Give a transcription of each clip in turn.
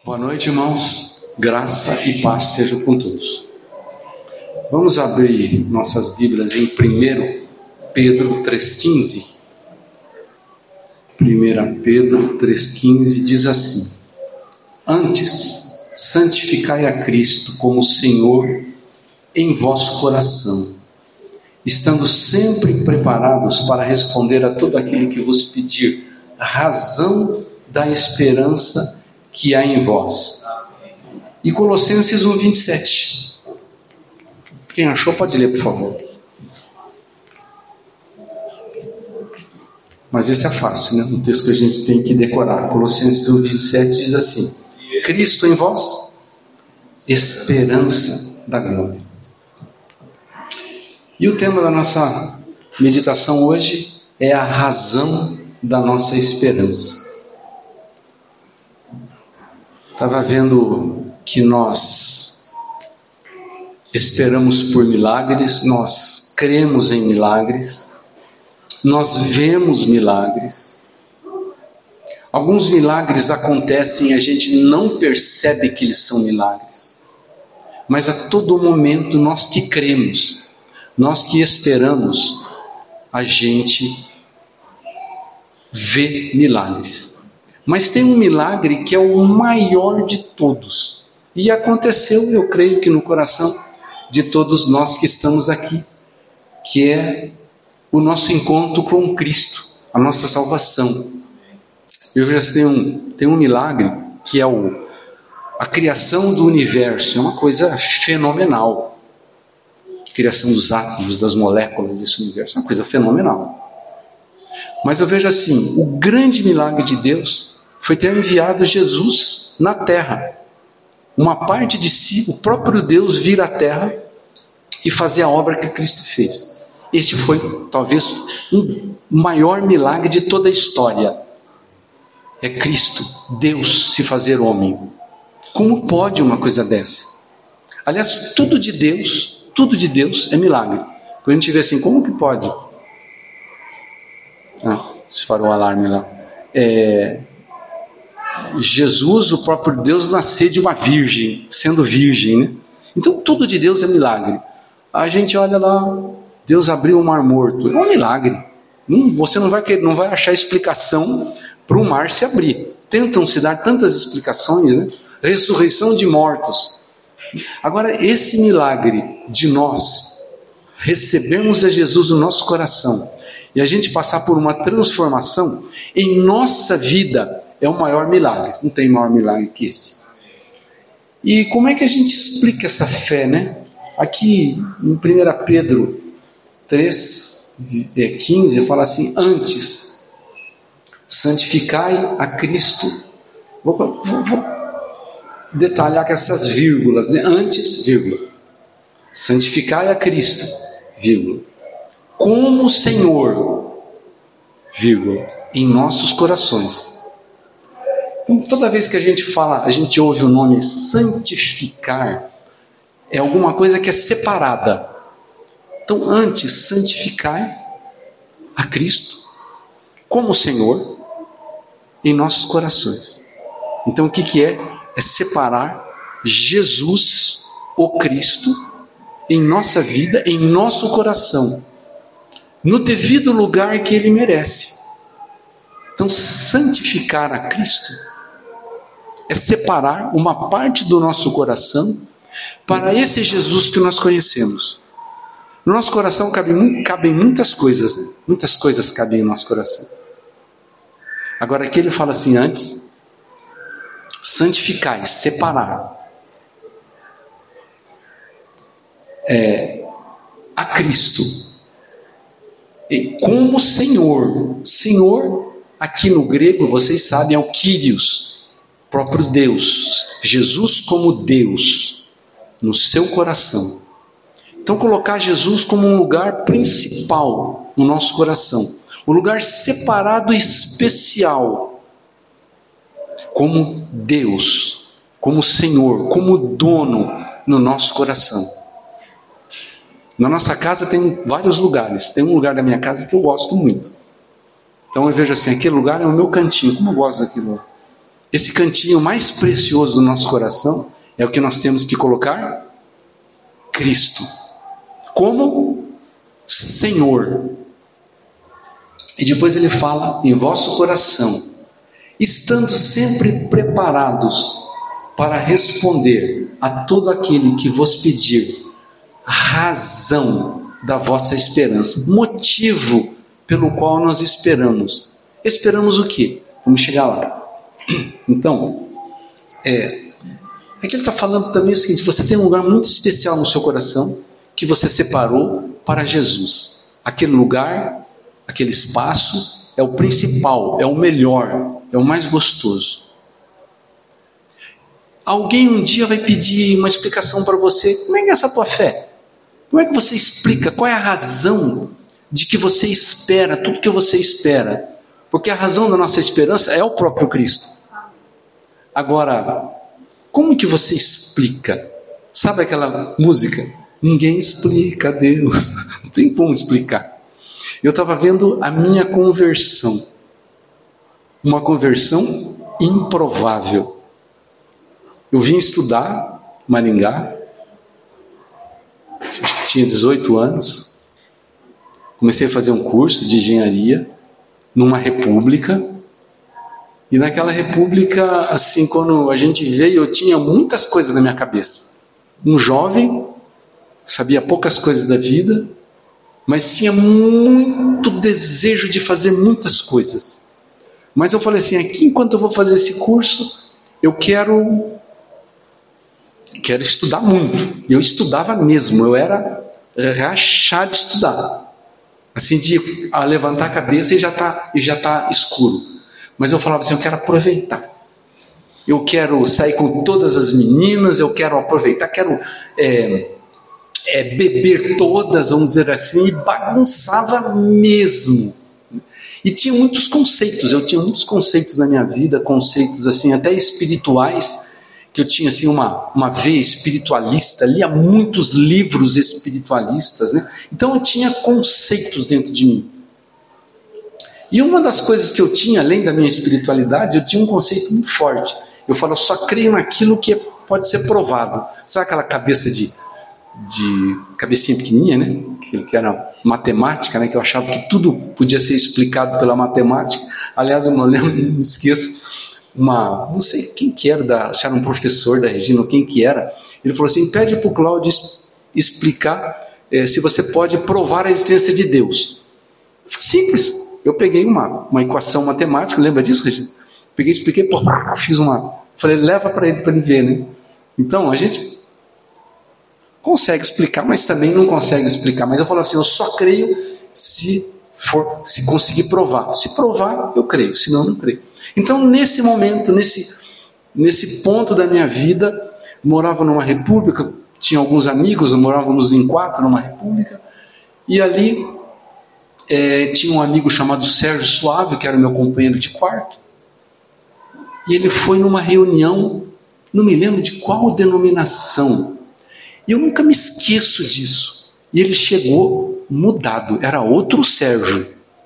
Boa noite, irmãos. Graça e paz sejam com todos. Vamos abrir nossas Bíblias em 1 Pedro 3,15. 1 Pedro 3,15 diz assim: Antes, santificai a Cristo como Senhor em vosso coração, estando sempre preparados para responder a todo aquele que vos pedir razão da esperança que há em vós. E Colossenses 1,27. Quem achou pode ler, por favor. Mas esse é fácil, né? Um texto que a gente tem que decorar. Colossenses 1,27 diz assim: Cristo em vós, esperança da glória. E o tema da nossa meditação hoje é a razão da nossa esperança. Estava vendo que nós esperamos por milagres, nós cremos em milagres, nós vemos milagres. Alguns milagres acontecem e a gente não percebe que eles são milagres. Mas a todo momento nós que cremos, nós que esperamos, a gente vê milagres. Mas tem um milagre que é o maior de todos. E aconteceu, eu creio que no coração de todos nós que estamos aqui, que é o nosso encontro com Cristo, a nossa salvação. Eu já tem um milagre que é a criação do universo. É uma coisa fenomenal. A criação dos átomos, das moléculas desse universo, é uma coisa fenomenal. Mas eu vejo assim, o grande milagre de Deus foi ter enviado Jesus na terra. Uma parte de si, o próprio Deus vir à terra e fazer a obra que Cristo fez. Este foi talvez o maior milagre de toda a história. É Cristo, Deus, se fazer homem. Como pode uma coisa dessa? Aliás, tudo de Deus é milagre. Quando a gente vê assim, como que pode? Disparou o alarme lá. Jesus, o próprio Deus, nascer de uma virgem, sendo virgem, né? Então tudo de Deus é milagre. A gente olha lá, Deus abriu o mar morto, é um milagre. Você não vai achar explicação para o mar se abrir. Tentam se dar tantas explicações, né? Ressurreição de mortos. Agora, esse milagre de nós recebermos a Jesus no nosso coração e a gente passar por uma transformação em nossa vida, é o maior milagre. Não tem maior milagre que esse. E como é que a gente explica essa fé, né? Aqui em 1 Pedro 3,15 fala assim: Antes, santificai a Cristo. Vou detalhar com essas vírgulas, né? Antes, vírgula. Santificai a Cristo, vírgula. Como Senhor, vírgula, em nossos corações. Então, toda vez que a gente ouve o nome santificar, é alguma coisa que é separada. Então, antes, santificai a Cristo como Senhor em nossos corações. Então, o que é? É separar Jesus, o Cristo, em nossa vida, em nosso coração, no devido lugar que Ele merece. Então, santificar a Cristo é separar uma parte do nosso coração para esse Jesus que nós conhecemos. No nosso coração cabem muitas coisas, né? Muitas coisas cabem no nosso coração. Agora aqui ele fala assim: antes, santificai, separar a Cristo como Senhor. Senhor, aqui no grego, vocês sabem, é o Kyrios, próprio Deus. Jesus como Deus no seu coração. Então, colocar Jesus como um lugar principal no nosso coração, um lugar separado e especial, como Deus, como Senhor, como dono no nosso coração. Na nossa casa tem vários lugares. Tem um lugar da minha casa que eu gosto muito. Então eu vejo assim, aquele lugar é o meu cantinho, como eu gosto daquilo. esse cantinho mais precioso do nosso coração é o que nós temos que colocar? Cristo. Como Senhor. E depois ele fala, em vosso coração, estando sempre preparados para responder a todo aquele que vos pedir razão da vossa esperança, motivo pelo qual nós esperamos. Esperamos o quê? Vamos chegar lá. Então, aqui ele está falando também o seguinte: você tem um lugar muito especial no seu coração que você separou para Jesus. Aquele lugar, aquele espaço é o principal, é o melhor, é o mais gostoso. Alguém um dia vai pedir uma explicação para você. Como é que é essa tua fé? Como é que você explica? Qual é a razão de que você espera tudo que você espera? Porque a razão da nossa esperança é o próprio Cristo. Agora, como que você explica? Sabe aquela música? Ninguém explica Deus. Não tem como explicar. Eu estava vendo a minha conversão. Uma conversão improvável. Eu vim estudar em Maringá. Acho que tinha 18 anos. Comecei a fazer um curso de engenharia numa república. E naquela república, assim, quando a gente veio, eu tinha muitas coisas na minha cabeça. Um jovem, sabia poucas coisas da vida, mas tinha muito desejo de fazer muitas coisas. Mas eu falei assim, aqui enquanto eu vou fazer esse curso, eu quero estudar muito. Eu estudava mesmo, eu era rachado de estudar. Assim, de levantar a cabeça e já tá escuro. Mas eu falava assim, eu quero aproveitar. Eu quero sair com todas as meninas, eu quero aproveitar, quero beber todas, vamos dizer assim, e bagunçava mesmo. E tinha muitos conceitos, eu tinha muitos conceitos na minha vida, conceitos assim, até espirituais, que eu tinha assim uma veia espiritualista, lia muitos livros espiritualistas, né? Então eu tinha conceitos dentro de mim. E uma das coisas que eu tinha, além da minha espiritualidade, eu tinha um conceito muito forte. Eu falo, eu só creio naquilo que pode ser provado. Sabe aquela cabeça de cabecinha pequenininha, né? Que era matemática, né? Que eu achava que tudo podia ser explicado pela matemática. Aliás, eu não lembro, não me esqueço, não sei quem que era, se era um professor da Regina ou quem que era. Ele falou assim, pede para o Cláudio explicar se você pode provar a existência de Deus. Simples. Eu peguei uma equação matemática, lembra disso, Regina? Peguei, expliquei, fiz falei, leva para ele ver, né? Então, a gente consegue explicar, mas também não consegue explicar. Mas eu falo assim, eu só creio se conseguir provar. Se provar, eu creio, senão eu não creio. Então, nesse momento, nesse ponto da minha vida, morava numa república, tinha alguns amigos, morávamos em 4 numa república, e ali tinha um amigo chamado Sérgio Suave, que era o meu companheiro de quarto, e ele foi numa reunião, não me lembro de qual denominação, e eu nunca me esqueço disso. E ele chegou mudado, era outro Sérgio.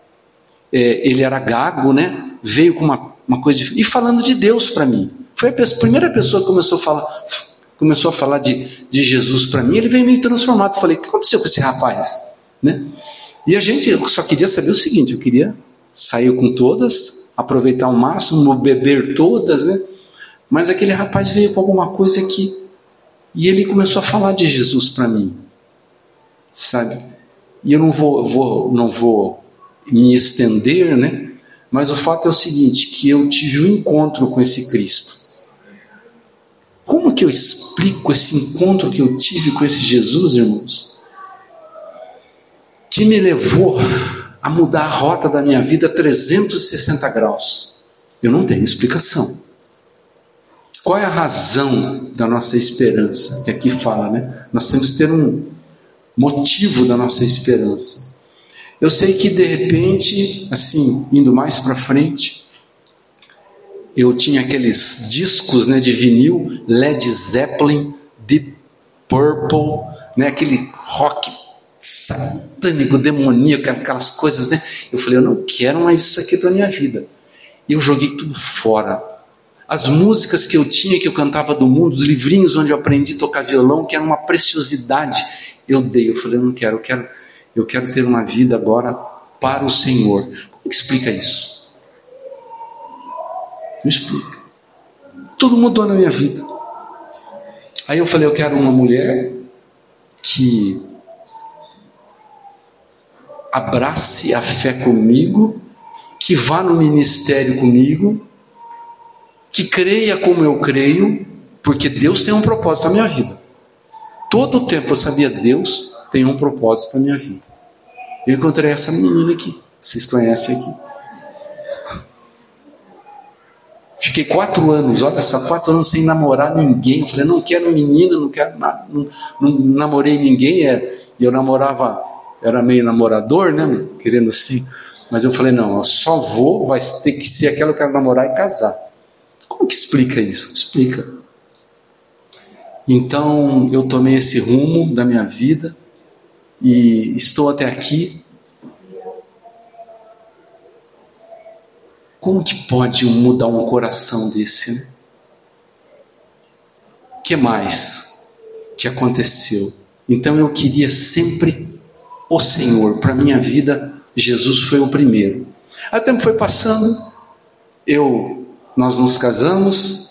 Ele era gago, né? Veio com uma coisa e falando de Deus para mim. Foi a primeira pessoa que começou a falar de Jesus para mim. Ele veio meio transformado. Falei, o que aconteceu com esse rapaz? Né? E eu só queria saber o seguinte, eu queria sair com todas, aproveitar ao máximo, beber todas, né? Mas aquele rapaz veio com alguma coisa e ele começou a falar de Jesus para mim, sabe? E eu não vou me estender, né? Mas o fato é o seguinte, que eu tive um encontro com esse Cristo. Como que eu explico esse encontro que eu tive com esse Jesus, irmãos? Que me levou a mudar a rota da minha vida 360 graus. Eu não tenho explicação. Qual é a razão da nossa esperança? Que aqui fala, né? Nós temos que ter um motivo da nossa esperança. Eu sei que de repente, assim, indo mais para frente, eu tinha aqueles discos, né, de vinil, Led Zeppelin, Deep Purple, né, aquele rock satânico, demoníaco, aquelas coisas, né? Eu falei, eu não quero mais isso aqui para minha vida. E eu joguei tudo fora. as músicas que eu tinha, que eu cantava do mundo, os livrinhos onde eu aprendi a tocar violão, que era uma preciosidade, eu dei. Eu falei, eu não quero, eu quero ter uma vida agora para o Senhor. Como que explica isso? Me explica. Tudo mudou na minha vida. Aí eu falei, eu quero uma mulher que abrace a fé comigo, que vá no ministério comigo, que creia como eu creio, porque Deus tem um propósito na minha vida. Todo o tempo eu sabia, Deus tem um propósito para a minha vida. Eu encontrei essa menina aqui, vocês conhecem aqui. Fiquei 4 anos, olha só, 4 anos sem namorar ninguém. Eu falei, não quero menina, não quero nada, não namorei ninguém. E eu namorava, era meio namorador, né, querendo assim. Mas eu falei, não, eu só vou, vai ter que ser aquela que eu quero namorar e casar. Como que explica isso? Explica. Então eu tomei esse rumo da minha vida e estou até aqui. Como que pode mudar um coração desse, né? O que mais que aconteceu? Então eu queria sempre o Senhor. Para a minha vida, Jesus foi o primeiro. Aí o tempo foi passando, nós nos casamos,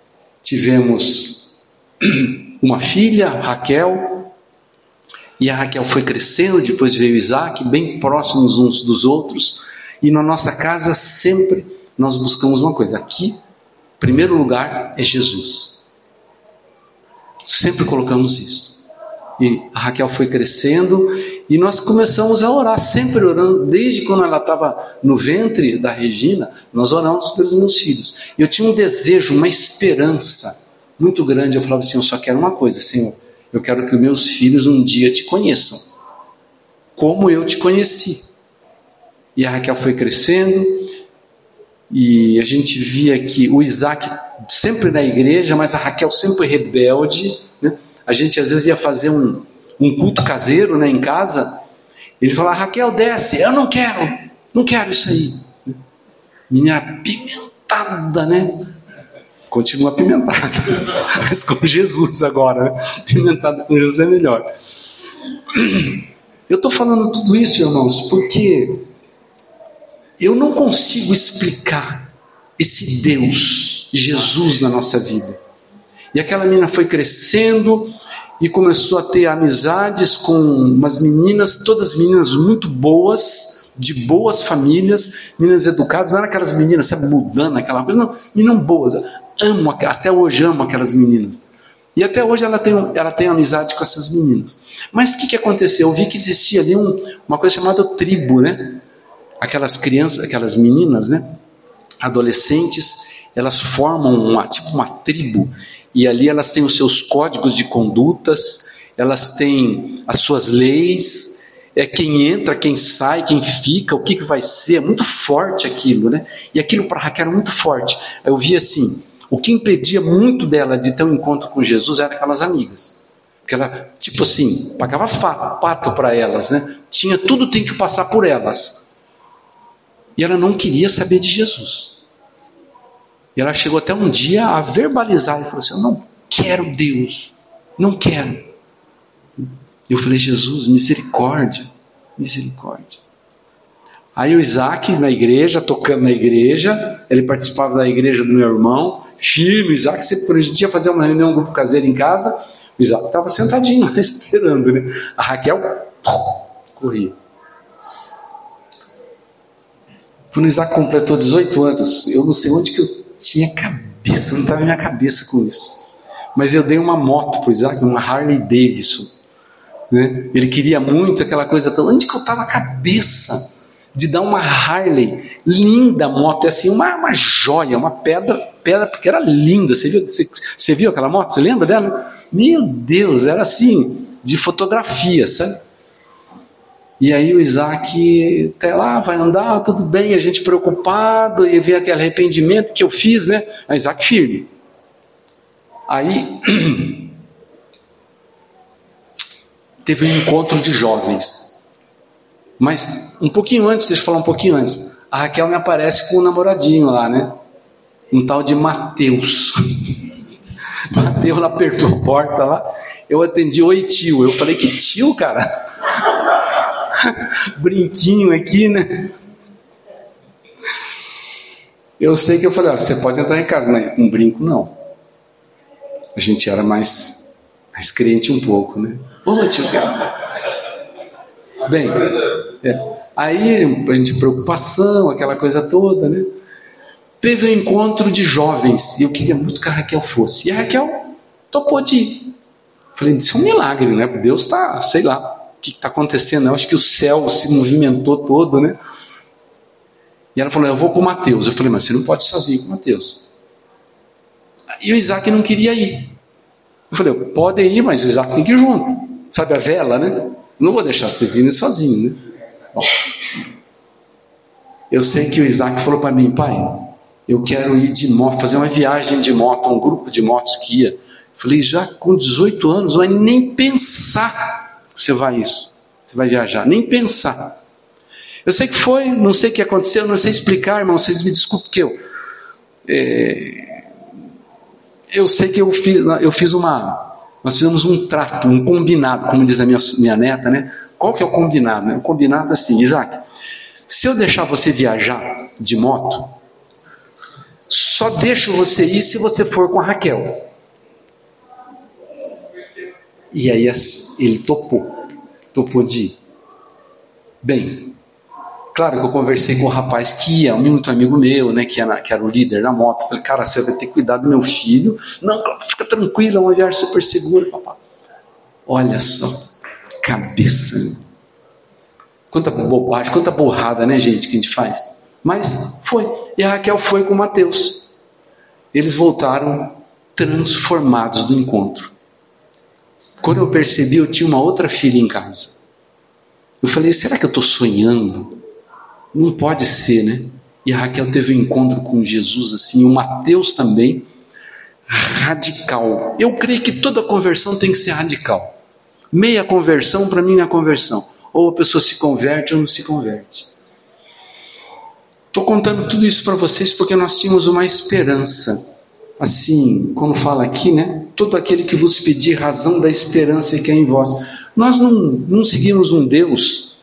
tivemos uma filha, Raquel, e a Raquel foi crescendo, depois veio Isaac, bem próximos uns dos outros. E na nossa casa sempre nós buscamos uma coisa. Aqui, em primeiro lugar, é Jesus. Sempre colocamos isso. E a Raquel foi crescendo e nós começamos a orar, sempre orando. Desde quando ela estava no ventre da Regina, nós oramos pelos meus filhos. Eu tinha um desejo, uma esperança muito grande. Eu falava assim, eu só quero uma coisa, Senhor. Eu quero que os meus filhos um dia te conheçam, como eu te conheci. E a Raquel foi crescendo, e a gente via que o Isaac sempre na igreja, mas a Raquel sempre rebelde, né? A gente às vezes ia fazer um culto caseiro, né, em casa, ele falava, Raquel, desce, eu não quero isso aí. Menina apimentada, né? Continua apimentada, mas com Jesus agora, né? Apimentada com Jesus é melhor. Eu estou falando tudo isso, irmãos, porque eu não consigo explicar esse Deus, Jesus na nossa vida. E aquela menina foi crescendo e começou a ter amizades com umas meninas, todas meninas muito boas, de boas famílias, meninas educadas, não eram aquelas meninas, sabe, mudando aquela coisa, não, meninas boas, até hoje amo aquelas meninas. E até hoje ela tem amizade com essas meninas. Mas o que aconteceu? Eu vi que existia ali uma coisa chamada tribo, né? Aquelas crianças, aquelas meninas, né, adolescentes, elas formam uma tribo, e ali elas têm os seus códigos de condutas, elas têm as suas leis, quem entra, quem sai, quem fica, o que vai ser, é muito forte aquilo, né? E aquilo para Raquel era muito forte. Eu vi assim, o que impedia muito dela de ter um encontro com Jesus eram aquelas amigas. Porque ela, tipo assim, pagava pato para elas, né? Tudo tem que passar por elas. E ela não queria saber de Jesus. E ela chegou até um dia a verbalizar e falou assim, eu não quero Deus, não quero. Eu falei, Jesus, misericórdia, misericórdia. Aí o Isaac na igreja, tocando na igreja, ele participava da igreja do meu irmão, firme, o Isaac sempre, quando a gente ia fazer uma reunião, um grupo caseiro em casa, o Isaac estava sentadinho lá esperando, né? A Raquel corria. Quando o Isaac completou 18 anos, eu não sei onde que eu tinha cabeça, não estava na minha cabeça com isso. Mas eu dei uma moto para o Isaac, uma Harley Davidson, né? Ele queria muito aquela coisa toda. Onde que eu estava a cabeça de dar uma Harley, linda moto, é assim, uma joia, uma pedra, porque era linda. Você viu aquela moto? Você lembra dela? Meu Deus, era assim, de fotografia, sabe? E aí o Isaac até lá, vai andar, tudo bem, a gente preocupado, e vê aquele arrependimento que eu fiz, né? A Isaac firme. Aí teve um encontro de jovens. Mas um pouquinho antes, deixa eu falar um pouquinho antes, a Raquel me aparece com um namoradinho lá, né? um tal de Mateus. Mateus lá apertou a porta lá, eu atendi, oi tio. Eu falei, que tio, cara? Brinquinho aqui, né? Eu sei que eu falei, você pode entrar em casa, mas com brinco não. A gente era mais crente um pouco, né? Ô tio, cara. Bem, aí a gente preocupação, aquela coisa toda, né? Teve um encontro de jovens e eu queria muito que a Raquel fosse. E a Raquel topou de ir. Falei, isso é um milagre, né? Deus está, sei lá, o que está acontecendo? Eu acho que o céu se movimentou todo, né? E ela falou, eu vou com o Mateus. Eu falei, mas você não pode ir sozinho com o Mateus. E o Isaac não queria ir. Eu falei, podem ir, mas o Isaac tem que ir junto. Sabe a vela, né? Não vou deixar vocês irem sozinhos, né? Bom, eu sei que o Isaac falou para mim, pai, eu quero ir de moto, fazer uma viagem de moto, um grupo de motos que ia. Eu falei, já com 18 anos, não vai nem pensar que você vai isso. Você vai viajar, nem pensar. Eu sei que foi, não sei o que aconteceu, não sei explicar, irmão, vocês me desculpem que eu sei que nós fizemos um trato, um combinado, como diz a minha neta, né? Qual que é o combinado? Né? O combinado é assim, Isaac, se eu deixar você viajar de moto, só deixo você ir se você for com a Raquel. E aí ele topou de ir. Bem, claro que eu conversei com o rapaz que ia, muito amigo meu, né, que era o líder da moto. Falei, cara, você vai ter que cuidar do meu filho. Não, fica tranquilo, é uma viagem super segura, papá. Olha só, cabeça. Quanta bobagem, quanta burrada, né, gente, que a gente faz. Mas foi. E a Raquel foi com o Mateus. Eles voltaram transformados do encontro. Quando eu percebi, eu tinha uma outra filha em casa. Eu falei, será que eu estou sonhando? Não pode ser, né? E a Raquel teve um encontro com Jesus assim, o Mateus também, radical. Eu creio que toda conversão tem que ser radical. Meia conversão, para mim, não é conversão. Ou a pessoa se converte ou não se converte. Estou contando tudo isso para vocês porque nós tínhamos uma esperança. Assim, quando fala aqui, né? Todo aquele que vos pedir razão da esperança que é em vós. Nós não seguimos um Deus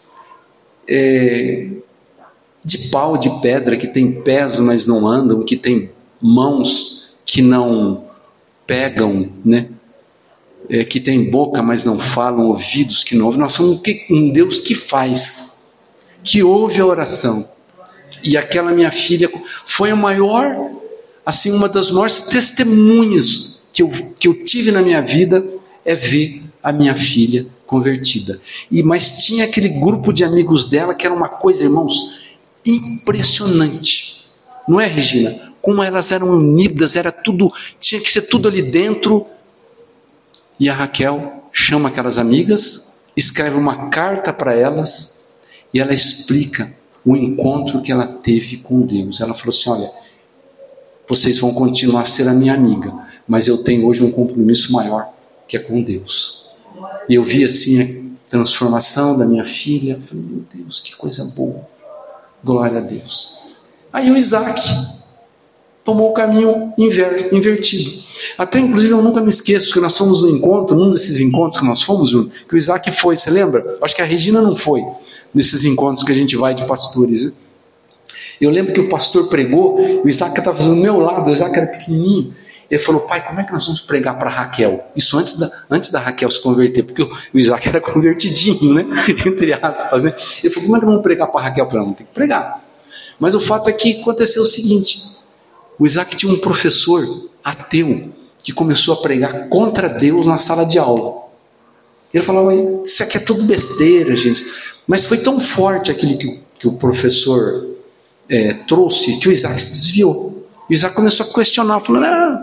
de pau, de pedra, que tem pés, mas não andam, que tem mãos que não pegam, né? Que tem boca, mas não falam, ouvidos que não ouvem. Nós somos um Deus que faz, que ouve a oração. E aquela minha filha foi a maior, assim, uma das maiores testemunhas que eu tive na minha vida, é ver a minha filha convertida. Mas tinha aquele grupo de amigos dela que era uma coisa, irmãos, impressionante. Não é, Regina? Como elas eram unidas, era tudo, tinha que ser tudo ali dentro. E a Raquel chama aquelas amigas, escreve uma carta para elas e ela explica o encontro que ela teve com Deus. Ela falou assim, olha, vocês vão continuar a ser a minha amiga, mas eu tenho hoje um compromisso maior, que é com Deus. E eu vi assim a transformação da minha filha. Eu falei, meu Deus, que coisa boa. Glória a Deus. Aí o Isaac tomou o caminho invertido. Até inclusive eu nunca me esqueço que nós fomos no encontro, num desses encontros que nós fomos, que o Isaac foi, você lembra? Acho que a Regina não foi, nesses encontros que a gente vai de pastores, né? Eu lembro que o pastor pregou, o Isaac estava do meu lado, o Isaac era pequenininho. Ele falou, pai, como é que nós vamos pregar para Raquel? Isso antes da Raquel se converter, porque o Isaac era convertidinho, né? Entre aspas, né? Ele falou, como é que nós vamos pregar para Raquel? Eu falei, não, tem que pregar. Mas o fato é que aconteceu o seguinte, o Isaac tinha um professor ateu, que começou a pregar contra Deus na sala de aula. Ele falava, isso aqui é tudo besteira, gente. Mas foi tão forte aquilo que o professor trouxe, que o Isaac se desviou. O Isaac começou a questionar, falando,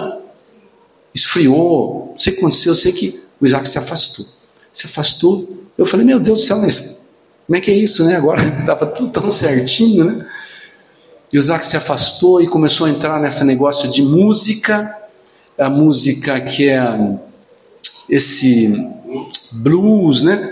esfriou, não sei o que aconteceu, eu sei que o Isaac se afastou. Se afastou, eu falei, meu Deus do céu, mas como é que é isso, né? Agora estava tudo tão certinho, né? E o Isaac se afastou e começou a entrar nesse negócio de música, a música que é esse blues, né?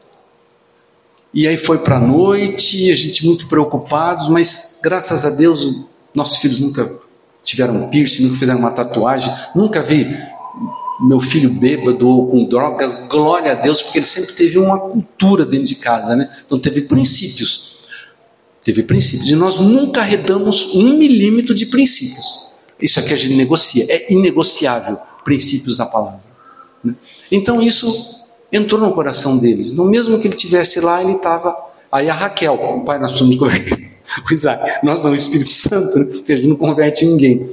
E aí foi para a noite, a gente muito preocupados, mas graças a Deus nossos filhos nunca tiveram piercing, nunca fizeram uma tatuagem, nunca vi meu filho bêbado ou com drogas, glória a Deus, porque ele sempre teve uma cultura dentro de casa, né? Então teve princípios. E nós nunca arredamos 1 milímetro de princípios. Isso aqui a gente negocia, é inegociável, princípios da palavra, né? Então isso entrou no coração deles. No mesmo que ele estivesse lá, ele estava. Aí a Raquel, o pai, nós precisamos converter o Isaac. Nós não, o Espírito Santo, né? Porque a gente não converte ninguém.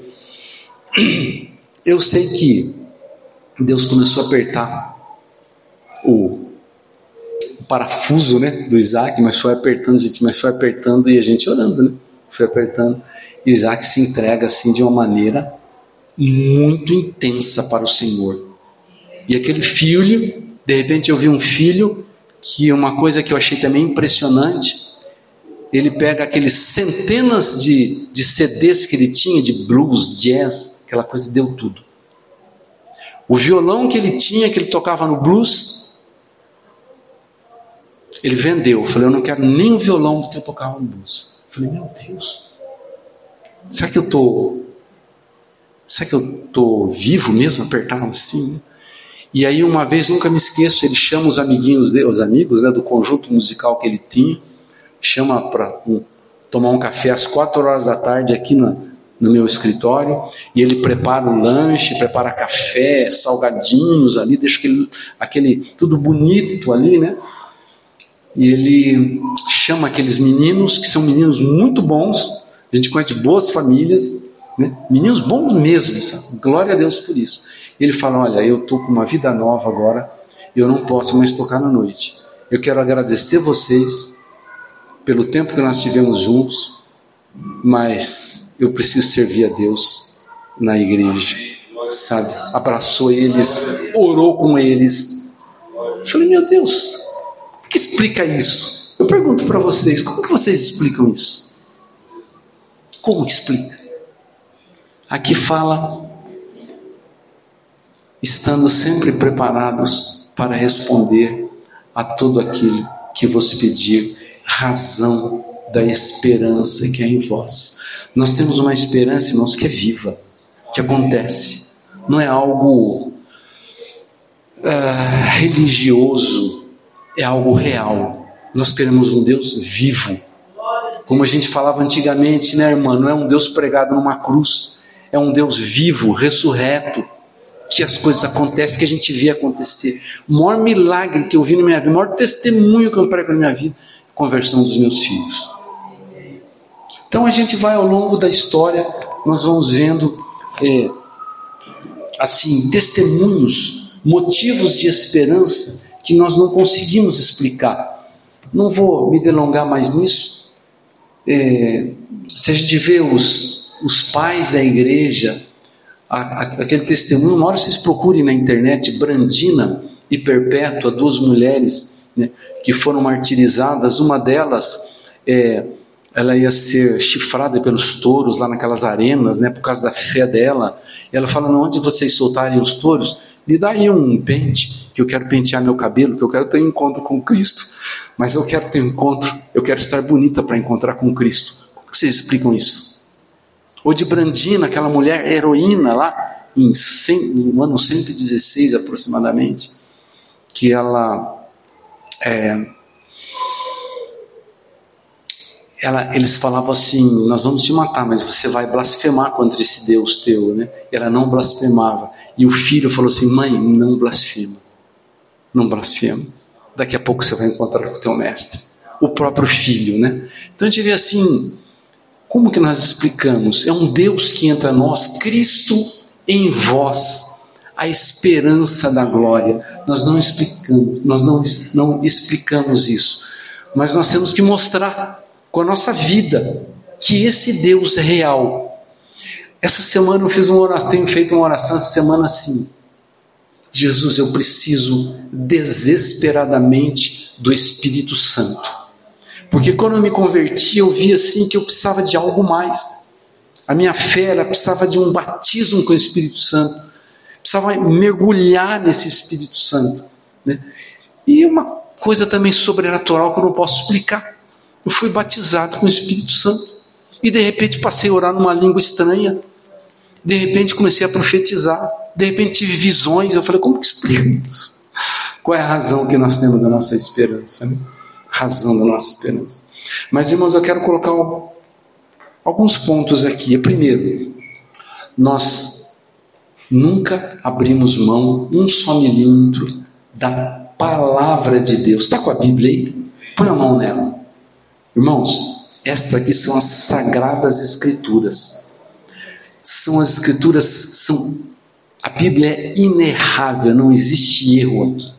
Eu sei que Deus começou a apertar o parafuso, né, do Isaac, mas foi apertando, e a gente orando, né? Foi apertando, e Isaac se entrega assim de uma maneira muito intensa para o Senhor. E aquele filho, de repente eu vi um filho, que uma coisa que eu achei também impressionante, ele pega aqueles centenas de CDs que ele tinha, de blues, jazz, aquela coisa, deu tudo. O violão que ele tinha, que ele tocava no blues, ele vendeu. Eu falei, eu não quero nem o violão do que eu tocava no blues. Eu falei, meu Deus, será que eu tô vivo mesmo, apertado assim, né? E aí uma vez, nunca me esqueço, ele chama os amiguinhos dele, os amigos, né, do conjunto musical que ele tinha, chama para tomar um café às 4 horas da tarde aqui no meu escritório, e ele prepara o lanche, prepara café, salgadinhos ali, deixa aquele tudo bonito ali, né? E ele chama aqueles meninos, que são meninos muito bons, a gente conhece boas famílias, né? Meninos bons mesmo, sabe? Glória a Deus por isso. E ele fala, olha, eu estou com uma vida nova agora, eu não posso mais tocar na noite. Eu quero agradecer vocês pelo tempo que nós tivemos juntos, mas eu preciso servir a Deus na igreja, sabe? Abraçou eles, orou com eles. Eu falei, meu Deus, o que explica isso? Eu pergunto para vocês, como que vocês explicam isso? Como que explica? Aqui fala, estando sempre preparados para responder a tudo aquilo que vos pedir, razão da esperança que é em vós. Nós temos uma esperança, irmãos, que é viva, que acontece. Não é algo religioso, é algo real. Nós queremos um Deus vivo. Como a gente falava antigamente, né, irmã? Não é um Deus pregado numa cruz. É um Deus vivo, ressurreto, que as coisas acontecem, que a gente vê acontecer. O maior milagre que eu vi na minha vida, o maior testemunho que eu prego na minha vida, é a conversão dos meus filhos. Então a gente vai ao longo da história, nós vamos vendo assim, testemunhos, motivos de esperança que nós não conseguimos explicar. Não vou me delongar mais nisso. Se a gente vê os pais da igreja, aquele testemunho, uma hora vocês procurem na internet, Brandina e Perpétua, 2 mulheres, né, que foram martirizadas. Uma delas, ela ia ser chifrada pelos touros lá naquelas arenas, né, por causa da fé dela. E ela fala, não, antes de vocês soltarem os touros, me dá aí um pente, que eu quero pentear meu cabelo, que eu quero ter um encontro com Cristo. Mas eu quero ter um encontro, eu quero estar bonita para encontrar com Cristo. Como vocês explicam isso? Ou de Brandina, aquela mulher heroína lá, no ano 116 aproximadamente, que eles falavam assim, nós vamos te matar, mas você vai blasfemar contra esse Deus teu, né? Ela não blasfemava, e o filho falou assim, mãe, não blasfema, não blasfema, daqui a pouco você vai encontrar com o teu mestre, o próprio filho, né? Então a gente vê assim, como que nós explicamos? É um Deus que entra em nós, Cristo em vós, a esperança da glória. Nós não explicamos isso, mas nós temos que mostrar com a nossa vida que esse Deus é real. Essa semana eu tenho feito uma oração essa semana assim, Jesus, eu preciso desesperadamente do Espírito Santo. Porque quando eu me converti, eu vi assim que eu precisava de algo mais. A minha fé, ela precisava de um batismo com o Espírito Santo. Precisava mergulhar nesse Espírito Santo, né? E uma coisa também sobrenatural que eu não posso explicar. Eu fui batizado com o Espírito Santo. E de repente passei a orar numa língua estranha. De repente comecei a profetizar. De repente tive visões. Eu falei, como que explica isso? Qual é a razão que nós temos da nossa esperança, né? Razão da nossa esperança. Mas, irmãos, eu quero colocar alguns pontos aqui. Primeiro, nós nunca abrimos mão um só milímetro da palavra de Deus. Está com a Bíblia aí? Põe a mão nela. Irmãos, estas aqui são as sagradas escrituras. São as escrituras, a Bíblia é inerrável, não existe erro aqui.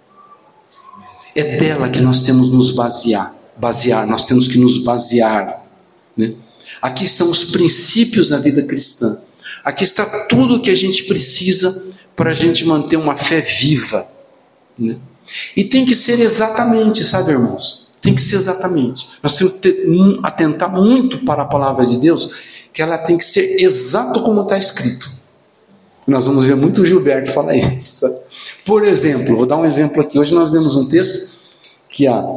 É dela que nós temos nos basear, nós temos que nos basear, né? Aqui estão os princípios da vida cristã. Aqui está tudo o que a gente precisa para a gente manter uma fé viva, né? E tem que ser exatamente, sabe, irmãos? Tem que ser exatamente. Nós temos que atentar muito para a palavra de Deus, que ela tem que ser exato como está escrito. Nós vamos ver muito o Gilberto falar isso. Por exemplo, vou dar um exemplo aqui. Hoje nós lemos um texto que a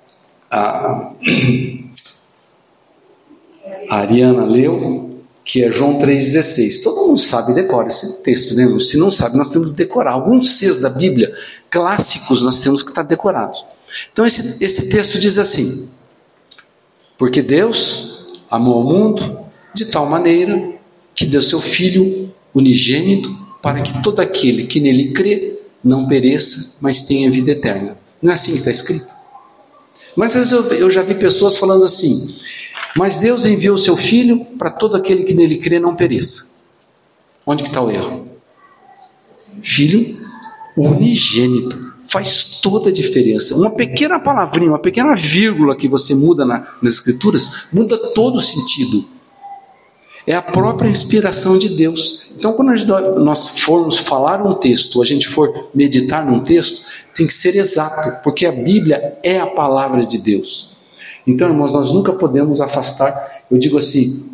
Ariana leu, que é João 3,16. Todo mundo sabe, decora esse texto, né? Se não sabe, nós temos que decorar. Alguns textos da Bíblia, clássicos, nós temos que estar decorados. Então esse texto diz assim: porque Deus amou o mundo de tal maneira que deu seu Filho unigênito para que todo aquele que nele crê não pereça, mas tenha vida eterna. Não é assim que está escrito? Mas às vezes eu já vi pessoas falando assim: mas Deus enviou o seu Filho para todo aquele que nele crê não pereça. Onde que está o erro? Filho unigênito. Faz toda a diferença. Uma pequena palavrinha, uma pequena vírgula que você muda nas escrituras, muda todo o sentido. É a própria inspiração de Deus. Então, quando nós formos falar um texto, ou a gente for meditar num texto, tem que ser exato, porque a Bíblia é a palavra de Deus. Então, irmãos, nós nunca podemos afastar. Eu digo assim,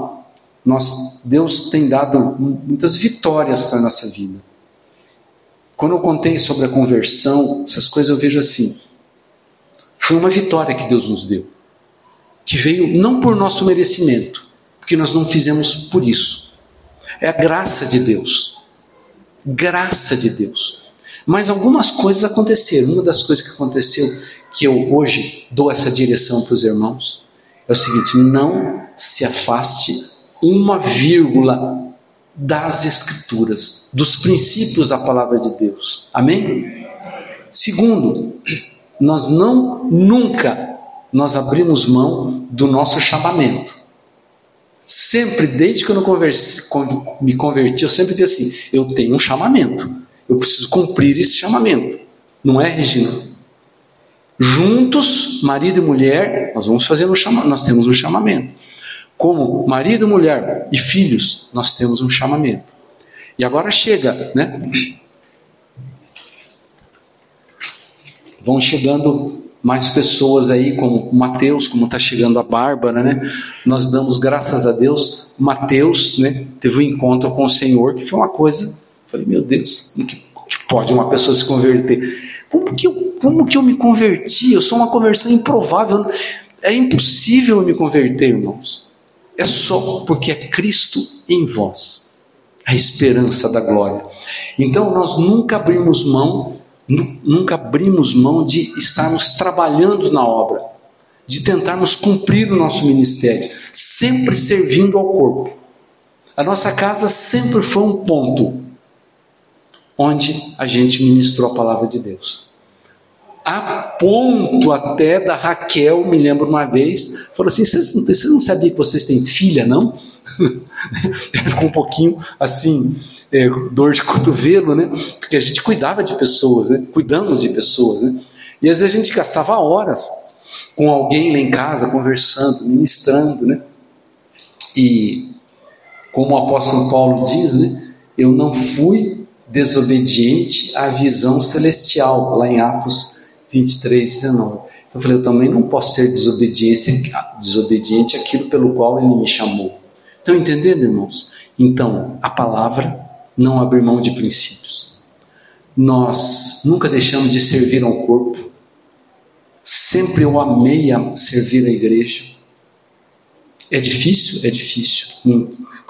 Deus tem dado muitas vitórias para a nossa vida. Quando eu contei sobre a conversão, essas coisas eu vejo assim, foi uma vitória que Deus nos deu, que veio não por nosso merecimento, porque nós não fizemos por isso. É a graça de Deus. Graça de Deus. Mas algumas coisas aconteceram. Uma das coisas que aconteceu, que eu hoje dou essa direção para os irmãos, é o seguinte: não se afaste uma vírgula das Escrituras, dos princípios da palavra de Deus. Amém? Segundo, nunca abrimos mão do nosso chamamento. Sempre, desde que eu me converti, eu sempre disse assim: eu tenho um chamamento, eu preciso cumprir esse chamamento. Não é, Regina? Juntos, marido e mulher, nós temos um chamamento. Como marido, mulher e filhos, nós temos um chamamento. E agora chega, né? Vão chegando mais pessoas aí, como o Mateus, como está chegando a Bárbara, né? Nós damos graças a Deus. Mateus, né, teve um encontro com o Senhor, que foi uma coisa, falei, meu Deus, como que pode uma pessoa se converter? Como que eu me converti? Eu sou uma conversão improvável. É impossível eu me converter, irmãos. É só porque é Cristo em vós, a esperança da glória. Então nós nunca abrimos mão de estarmos trabalhando na obra, de tentarmos cumprir o nosso ministério, sempre servindo ao corpo. A nossa casa sempre foi um ponto onde a gente ministrou a palavra de Deus. A ponto até da Raquel, me lembro uma vez, falou assim: vocês não sabiam que vocês têm filha, não? Com um pouquinho assim, dor de cotovelo, né? Porque a gente cuidava de pessoas, né? Cuidamos de pessoas, né? E às vezes a gente gastava horas com alguém lá em casa, conversando, ministrando, né? E como o apóstolo Paulo diz, né? Eu não fui desobediente à visão celestial, lá em Atos 23:19. Então eu falei, eu também não posso ser desobediente àquilo pelo qual ele me chamou. Estão entendendo, irmãos? Então, a palavra, não abrir mão de princípios. Nós nunca deixamos de servir ao corpo. Sempre eu amei servir a igreja. É difícil? É difícil.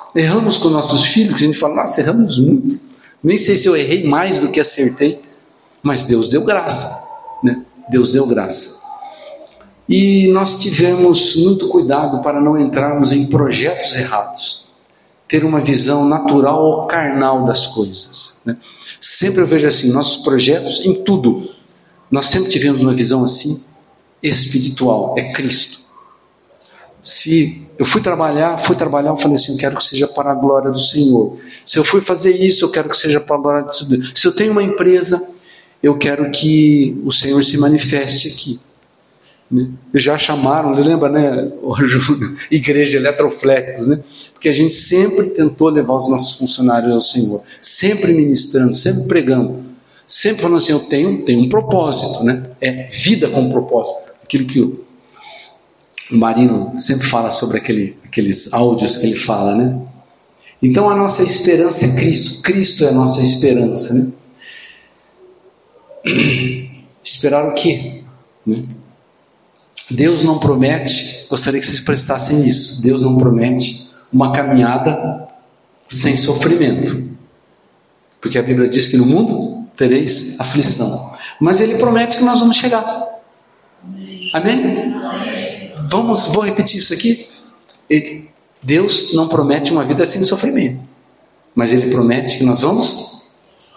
Erramos com nossos filhos, que a gente fala, nossa, erramos muito. Nem sei se eu errei mais do que acertei, mas Deus deu graça, né? Deus deu graça. E nós tivemos muito cuidado para não entrarmos em projetos errados, ter uma visão natural ou carnal das coisas, né? Sempre eu vejo assim, nossos projetos em tudo, nós sempre tivemos uma visão assim, espiritual, é Cristo. Se eu fui trabalhar, eu falei assim, eu quero que seja para a glória do Senhor. Se eu fui fazer isso, eu quero que seja para a glória do Senhor. Se eu tenho uma empresa, eu quero que o Senhor se manifeste aqui. Já chamaram, lembra, né, Igreja Eletroflex, né? Porque a gente sempre tentou levar os nossos funcionários ao Senhor, sempre ministrando, sempre pregando, sempre falando assim, eu tenho um propósito, né? É vida com propósito, aquilo que o Marino sempre fala sobre aqueles áudios que ele fala, né? Então a nossa esperança é Cristo, Cristo é a nossa esperança, né? Esperar o quê? Né? Deus não promete, gostaria que vocês prestassem nisso, Deus não promete uma caminhada sem sofrimento, porque a Bíblia diz que no mundo tereis aflição, mas Ele promete que nós vamos chegar. Amém? Vou repetir isso aqui. Deus não promete uma vida sem sofrimento, mas Ele promete que nós vamos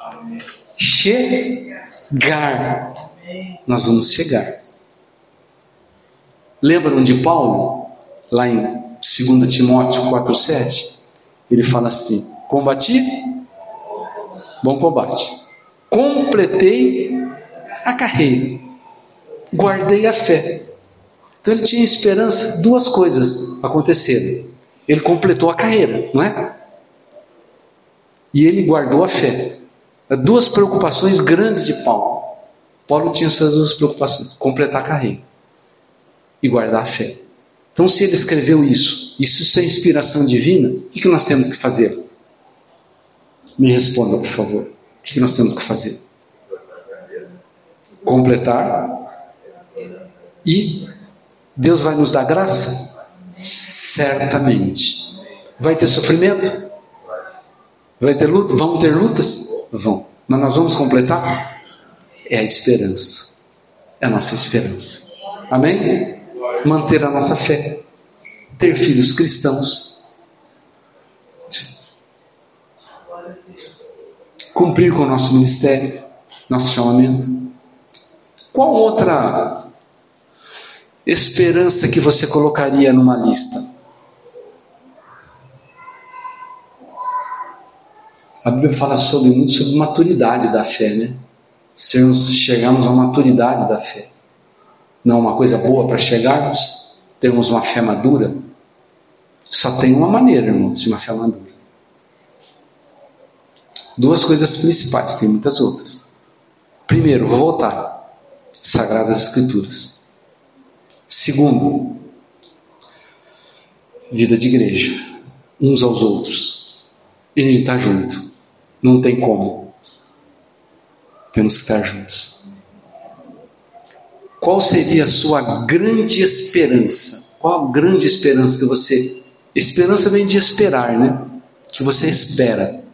chegar. Nós vamos chegar. Lembram de Paulo? Lá em 2 Timóteo 4,7, ele fala assim, combati, bom combate, completei a carreira, guardei a fé. Então ele tinha esperança, duas coisas aconteceram. Ele completou a carreira, não é? E ele guardou a fé. Duas preocupações grandes de Paulo. Paulo tinha essas duas preocupações, completar a carreira e guardar a fé. Então, se ele escreveu isso é inspiração divina, o que nós temos que fazer? Me responda, por favor. O que nós temos que fazer? Completar. E Deus vai nos dar graça? Certamente. Vai ter sofrimento? Vai ter luta? Vamos ter lutas? Vão. Mas nós vamos completar? É a esperança. É a nossa esperança. Amém? Manter a nossa fé, ter filhos cristãos, cumprir com o nosso ministério, nosso chamamento. Qual outra esperança que você colocaria numa lista? A Bíblia fala muito sobre maturidade da fé, né? Chegarmos à maturidade da fé. Não é uma coisa boa para chegarmos, termos uma fé madura? Só tem uma maneira, irmãos, de uma fé madura. Duas coisas principais, tem muitas outras. Primeiro, vou voltar, Sagradas Escrituras. Segundo, vida de igreja, uns aos outros. E a gente está junto, não tem como. Temos que estar juntos. Qual seria a sua grande esperança? Qual a grande esperança que você... Esperança vem de esperar, né? Que você espera.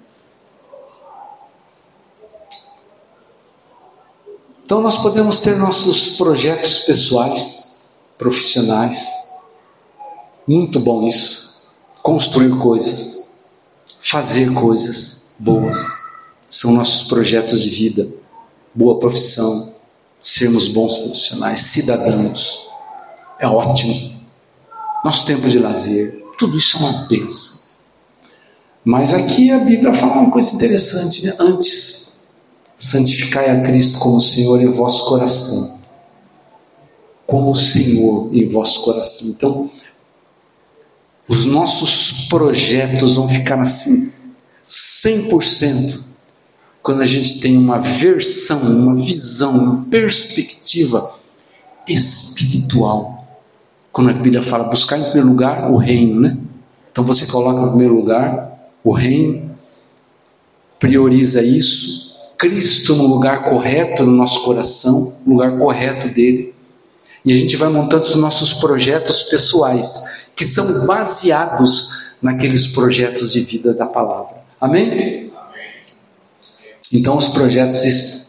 Então nós podemos ter nossos projetos pessoais, profissionais. Muito bom isso. Construir coisas. Fazer coisas boas. São nossos projetos de vida. Boa profissão. Sermos bons profissionais, cidadãos, é ótimo. Nosso tempo de lazer, tudo isso é uma bênção. Mas aqui a Bíblia fala uma coisa interessante, né? Antes, santificai a Cristo como Senhor em vosso coração. Como Senhor em vosso coração. Então, os nossos projetos vão ficar assim, 100%. Quando a gente tem uma versão, uma visão, uma perspectiva espiritual. Quando a Bíblia fala buscar em primeiro lugar o reino, né? Então você coloca em primeiro lugar o reino, prioriza isso, Cristo no lugar correto no nosso coração, no lugar correto dele. E a gente vai montando os nossos projetos pessoais, que são baseados naqueles projetos de vida da palavra. Amém? Então os projetos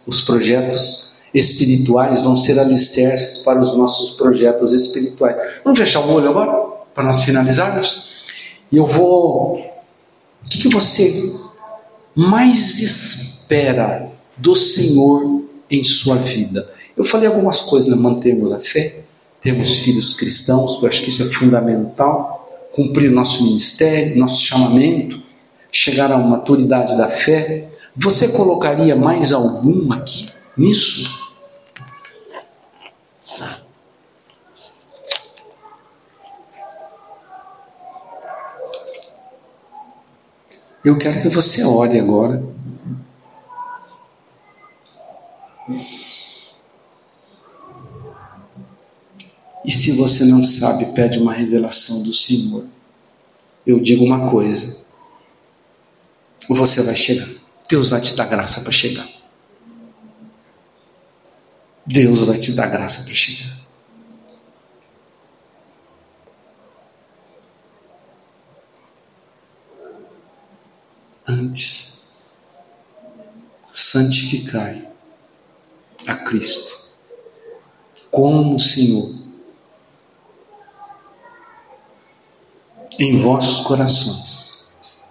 espirituais vão ser alicerces para os nossos projetos espirituais. Vamos fechar o olho agora, para nós finalizarmos? E eu vou... O que você mais espera do Senhor em sua vida? Eu falei algumas coisas, né? Mantermos a fé, termos filhos cristãos, eu acho que isso é fundamental, cumprir nosso ministério, nosso chamamento, chegar à maturidade da fé. Você colocaria mais algum aqui nisso? Eu quero que você ore agora. E se você não sabe, pede uma revelação do Senhor. Eu digo uma coisa: você vai chegar. Deus vai te dar graça para chegar. Deus vai te dar graça para chegar. Antes, santificai a Cristo como Senhor em vossos corações,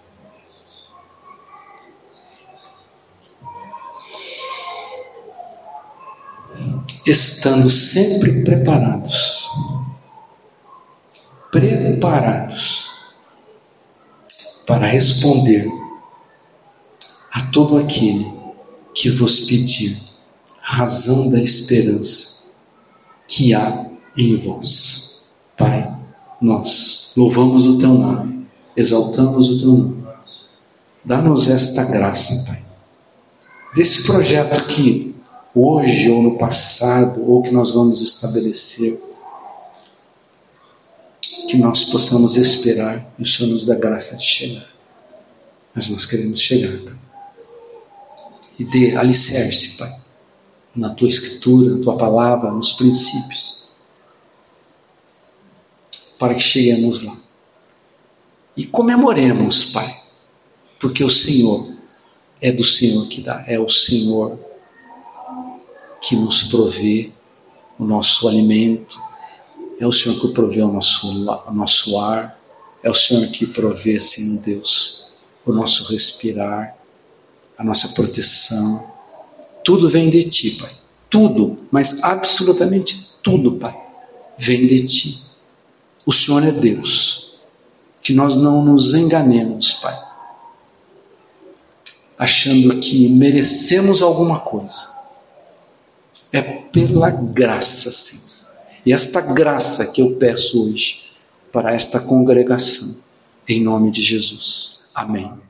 estando sempre preparados para responder a todo aquele que vos pedir razão da esperança que há em vós. Pai, nós louvamos o Teu nome, exaltamos o Teu nome. Dá-nos esta graça, Pai, deste projeto que hoje ou no passado, ou que nós vamos estabelecer, que nós possamos esperar e o Senhor nos dá graça de chegar. Mas nós queremos chegar, Pai. E dê alicerce, Pai, na Tua Escritura, na Tua Palavra, nos princípios, para que cheguemos lá. E comemoremos, Pai, porque o Senhor é do Senhor que dá, é o Senhor que nos provê o nosso alimento, é o Senhor que provê o nosso ar, é o Senhor que provê, Senhor Deus, o nosso respirar, a nossa proteção. Tudo vem de Ti, Pai. Tudo, mas absolutamente tudo, Pai, vem de Ti. O Senhor é Deus. Que nós não nos enganemos, Pai, achando que merecemos alguma coisa. É pela graça, Senhor. E esta graça que eu peço hoje para esta congregação, em nome de Jesus. Amém.